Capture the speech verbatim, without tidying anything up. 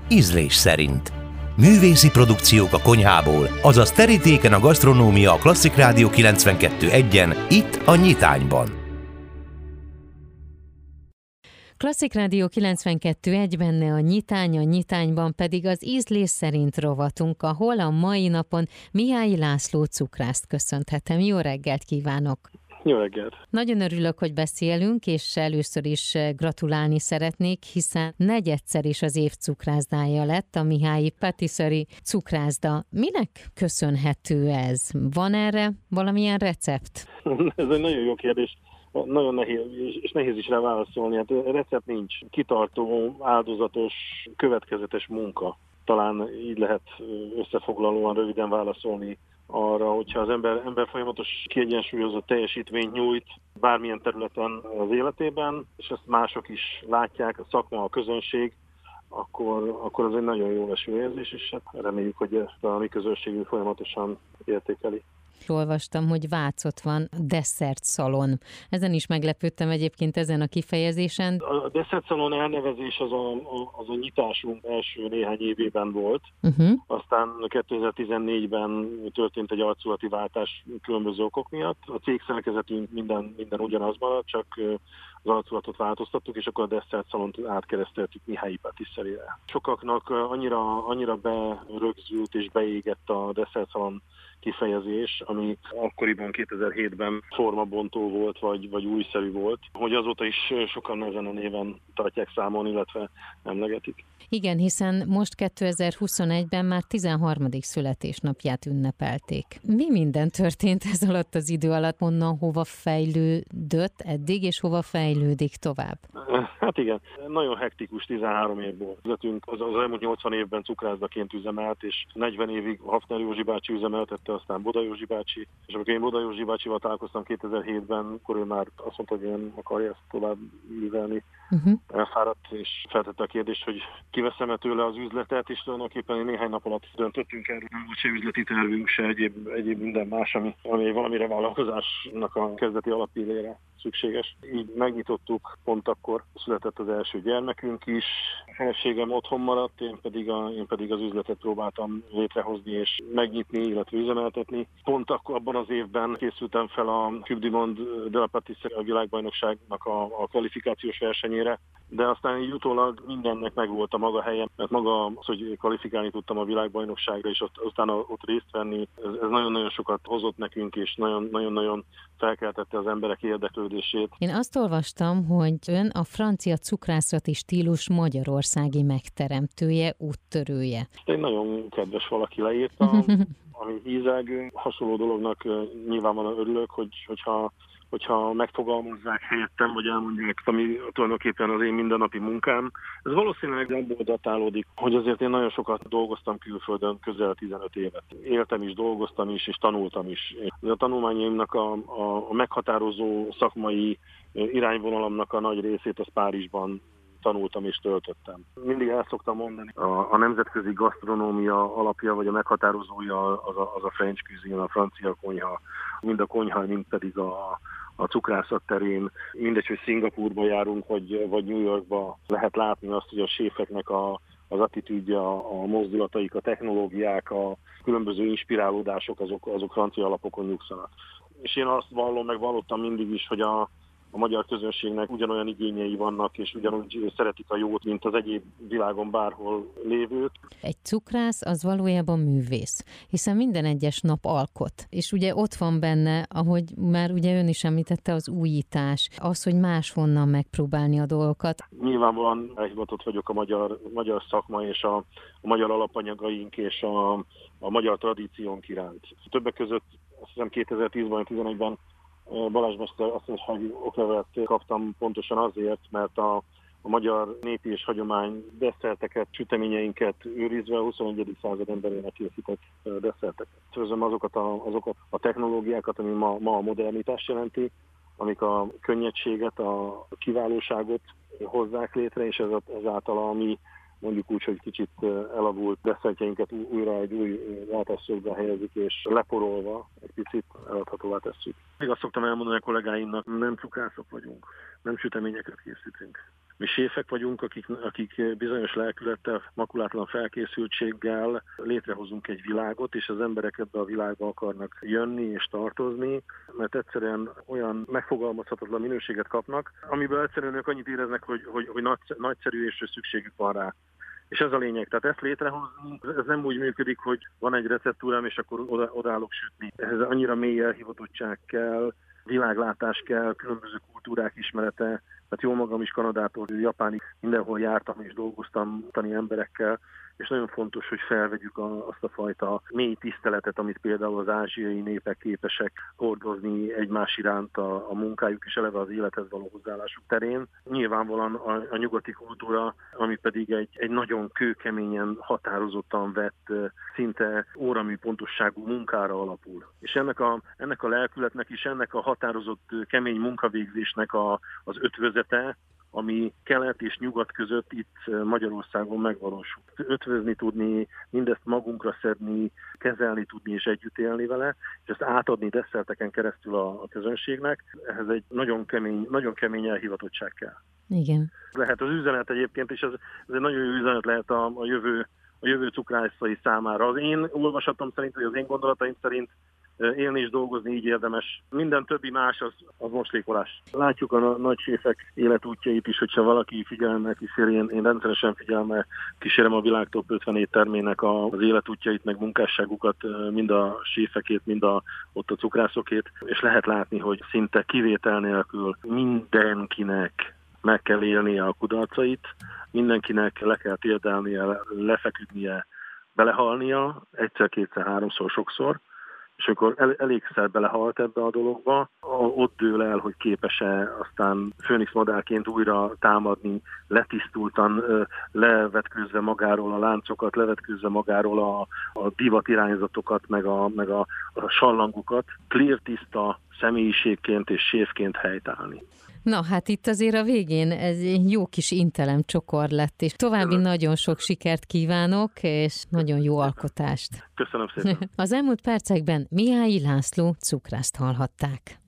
ízlés szerint. Művészi produkciók a konyhából, azaz terítéken a gasztronómia a Klasszik Rádió kilencvenkettő egyen, itt a Nyitányban. Klasszik Rádió kilencvenkettő egy, benne a Nyitány, a Nyitányban pedig az ízlés szerint rovatunk, ahol a mai napon Mihály László cukrászt köszönhetem. Jó reggelt kívánok! Jó reggelt! Nagyon örülök, hogy beszélünk, és először is gratulálni szeretnék, hiszen negyedszer is az év cukrászdája lett a Mihály Patisserie cukrászda. Minek köszönhető ez? Van erre valamilyen recept? Ez egy nagyon jó kérdés. Nagyon nehéz, és nehéz is rá válaszolni. Hát recept nincs. Kitartó, áldozatos, következetes munka. Talán így lehet összefoglalóan röviden válaszolni arra, hogyha az ember, ember folyamatos kiegyensúlyozott teljesítményt nyújt bármilyen területen az életében, és ezt mások is látják, a szakma, a közönség, akkor, akkor az egy nagyon jó eső érzés, és hát reméljük, hogy ezt a mi közönségünk folyamatosan értékeli. Olvastam, hogy Vácott van desszertszalon. Ezen is meglepődtem egyébként ezen a kifejezésen. A desszertszalon elnevezés az a, a, az a nyitásunk első néhány évében volt. Uh-huh. Aztán kétezer-tizennégyben történt egy arculati váltás különböző okok miatt. A cég szerkezetünk minden, minden ugyanaz maradt, csak az arculatot változtattuk, és akkor a desszertszalont átkereszteltük Mihály Patisserie-re. Sokaknak annyira, annyira berögzült és beégett a desszertszalon kifejezés, ami akkoriban kétezer-hétben formabontó volt, vagy, vagy újszerű volt, hogy azóta is sokan ezen a néven tartják számon, illetve emlegetik. Igen, hiszen most kétezer-huszonegyben már tizenharmadik születésnapját ünnepelték. Mi minden történt ez alatt az idő alatt? Honnan, hova fejlődött eddig, és hova fejlődik tovább? Hát igen, nagyon hektikus tizenhárom évból. Az, az elmúlt nyolcvan évben cukrászdaként üzemelt, és negyven évig Hafner Józsi bácsi üzemeltette, aztán Boda Józsi bácsi. És amikor én Boda Józsi bácsival találkoztam kétezer-hétben, akkor ő már azt mondta, hogy én akarja ezt tovább művelni. Uh-huh. Elfáradt, és feltette a kérdést, hogy kiveszem-e tőle az üzletet, és tulajdonképpen néhány nap alatt döntöttünk erről, nem volt se üzleti tervünk, se egyéb, egyéb minden más, ami, ami valamire vállalkozásnak a kezdeti alapillére szükséges. Így megnyitottuk, pont akkor született az első gyermekünk is. A feleségem otthon maradt, én pedig, a, én pedig az üzletet próbáltam létrehozni és megnyitni, illetve üzemeltetni. Pont akkor abban az évben készültem fel a Coupe du Monde de la Patisserie, a világbajnokságnak a, a kvalifikációs versenyére, de aztán így utólag mindennek megvolt a maga helye, mert maga az, hogy kvalifikálni tudtam a világbajnokságra, és ott, aztán ott részt venni, ez, ez nagyon-nagyon sokat hozott nekünk, és nagyon-nagyon felkeltette az emberek érdeklődését. Én azt olvastam, hogy ön a francia cukrászati stílus magyarországi megteremtője, úttörője. Ezt egy nagyon kedves valaki leírta, ami hízelgő. Hasonló dolognak nyilvánvalóan örülök, hogy, hogyha hogyha megfogalmazzák helyettem, vagy elmondják, ami tulajdonképpen az én mindennapi munkám. Ez valószínűleg abból datálódik, hogy azért én nagyon sokat dolgoztam külföldön, közel tizenöt évet. Éltem is, dolgoztam is, és tanultam is. A tanulmányaimnak a, a, a meghatározó szakmai irányvonalamnak a nagy részét az Párizsban tanultam és töltöttem. Mindig el szoktam mondani, a, a nemzetközi gasztronómia alapja, vagy a meghatározója az a, az a French cuisine, a francia konyha. Mind a konyha, mind pedig a, a cukrászat terén. Mindegy, hogy Szingapúrba járunk, vagy, vagy New Yorkba, lehet látni azt, hogy a séfeknek a, az attitűdja, a mozdulataik, a technológiák, a különböző inspirálódások, azok, azok francia alapokon nyugszanak. És én azt vallom, meg vallottam mindig is, hogy a A magyar közönségnek ugyanolyan igényei vannak, és ugyanúgy szeretik a jót, mint az egyéb világon bárhol lévők. Egy cukrász az valójában művész, hiszen minden egyes nap alkot. És ugye ott van benne, ahogy már ugye ön is említette, az újítás, az, hogy máshonnan megpróbálni a dolgokat. Nyilvánvalóan elhivatott vagyok a magyar, magyar szakma és a, a magyar alapanyagaink és a, a magyar tradíciónk iránt. Többek között azt hiszem kétezer-tízben, tizenegyben Balázs mester azt mondja, hogy oklevelet kaptam pontosan azért, mert a, a magyar népi és hagyomány desszerteket, süteményeinket őrizve a huszonegyedik század emberének készített desszerteket. Közöm azokat a, azokat a technológiákat, ami ma, ma a modernitást jelenti, amik a könnyedséget, a kiválóságot hozzák létre, és ez ezáltal a mi mondjuk úgy, hogy kicsit elavult desszertjeinket újra egy új látásszögbe helyezik, és leporolva egy picit eladhatóvá tesszük. Még azt szoktam elmondani a kollégáimnak, nem cukrászok vagyunk, nem süteményeket készítünk. Mi séfek vagyunk, akik, akik bizonyos lelkülettel, makulátlan felkészültséggel létrehozunk egy világot, és az emberek ebbe a világba akarnak jönni és tartozni, mert egyszerűen olyan megfogalmazhatatlan minőséget kapnak, amiből egyszerűen ők annyit éreznek, hogy, hogy, hogy nagyszerű és szükségük van rá. És ez a lényeg. Tehát ezt létrehozni, ez nem úgy működik, hogy van egy receptúrám, és akkor oda, odállok sütni. Ehhez annyira mély elhivatottság kell, világlátás kell, különböző kultúrák ismerete. Tehát jó magam is Kanadától Japánig mindenhol jártam és dolgoztam tani emberekkel, és nagyon fontos, hogy felvegyük a, azt a fajta mély tiszteletet, amit például az ázsiai népek képesek hordozni egymás iránt a, a munkájuk és eleve az élethez való hozzáállásuk terén. Nyilvánvalóan a, a nyugati kultúra, ami pedig egy, egy nagyon kőkeményen, határozottan vett, szinte óramű pontosságú munkára alapul. És ennek a, ennek a lelkületnek is, ennek a határozott kemény munkavégzésnek a, az ötvözete, ami kelet és nyugat között itt Magyarországon megvalósul. Ötvözni tudni, mindezt magunkra szedni, kezelni tudni és együtt élni vele, és ezt átadni desszerteken keresztül a, a közönségnek, ehhez egy nagyon kemény, nagyon kemény elhivatottság kell. Igen. Lehet az üzenet egyébként, és ez, ez egy nagyon jó üzenet lehet a, a jövő, a jövő cukrászai számára. Az én olvasatom szerint, vagy az én gondolataim szerint élni és dolgozni így érdemes. Minden többi más az, az moslékolás. Látjuk a nagy séfek életútjait is, hogyha valaki figyelemmel kíséri, én, én rendszeresen figyelemmel kísérem a világ top ötven éttermének az életútjait, meg munkásságukat, mind a séfekét, mind a, ott a cukrászokét, és lehet látni, hogy szinte kivétel nélkül mindenkinek meg kell élnie a kudarcait, mindenkinek le kell térdelnie, lefeküdnie, belehalnia, egyszer, kétszer, háromszor, sokszor, és amikor el, elégszer belehalt ebbe a dologba, ott dől el, hogy képes-e aztán főnix madárként újra támadni, letisztultan, levetkőzve magáról a láncokat, levetkőzve magáról a, a divat irányzatokat, meg a, meg a, a sallangokat, clear tiszta személyiségként és séfként helytállni. Na, hát itt azért a végén ez egy jó kis intelem csokor lett, és további Köszönöm. Nagyon sok sikert kívánok, és nagyon jó alkotást. Köszönöm szépen. Az elmúlt percekben Mihály László cukrászt hallhatták.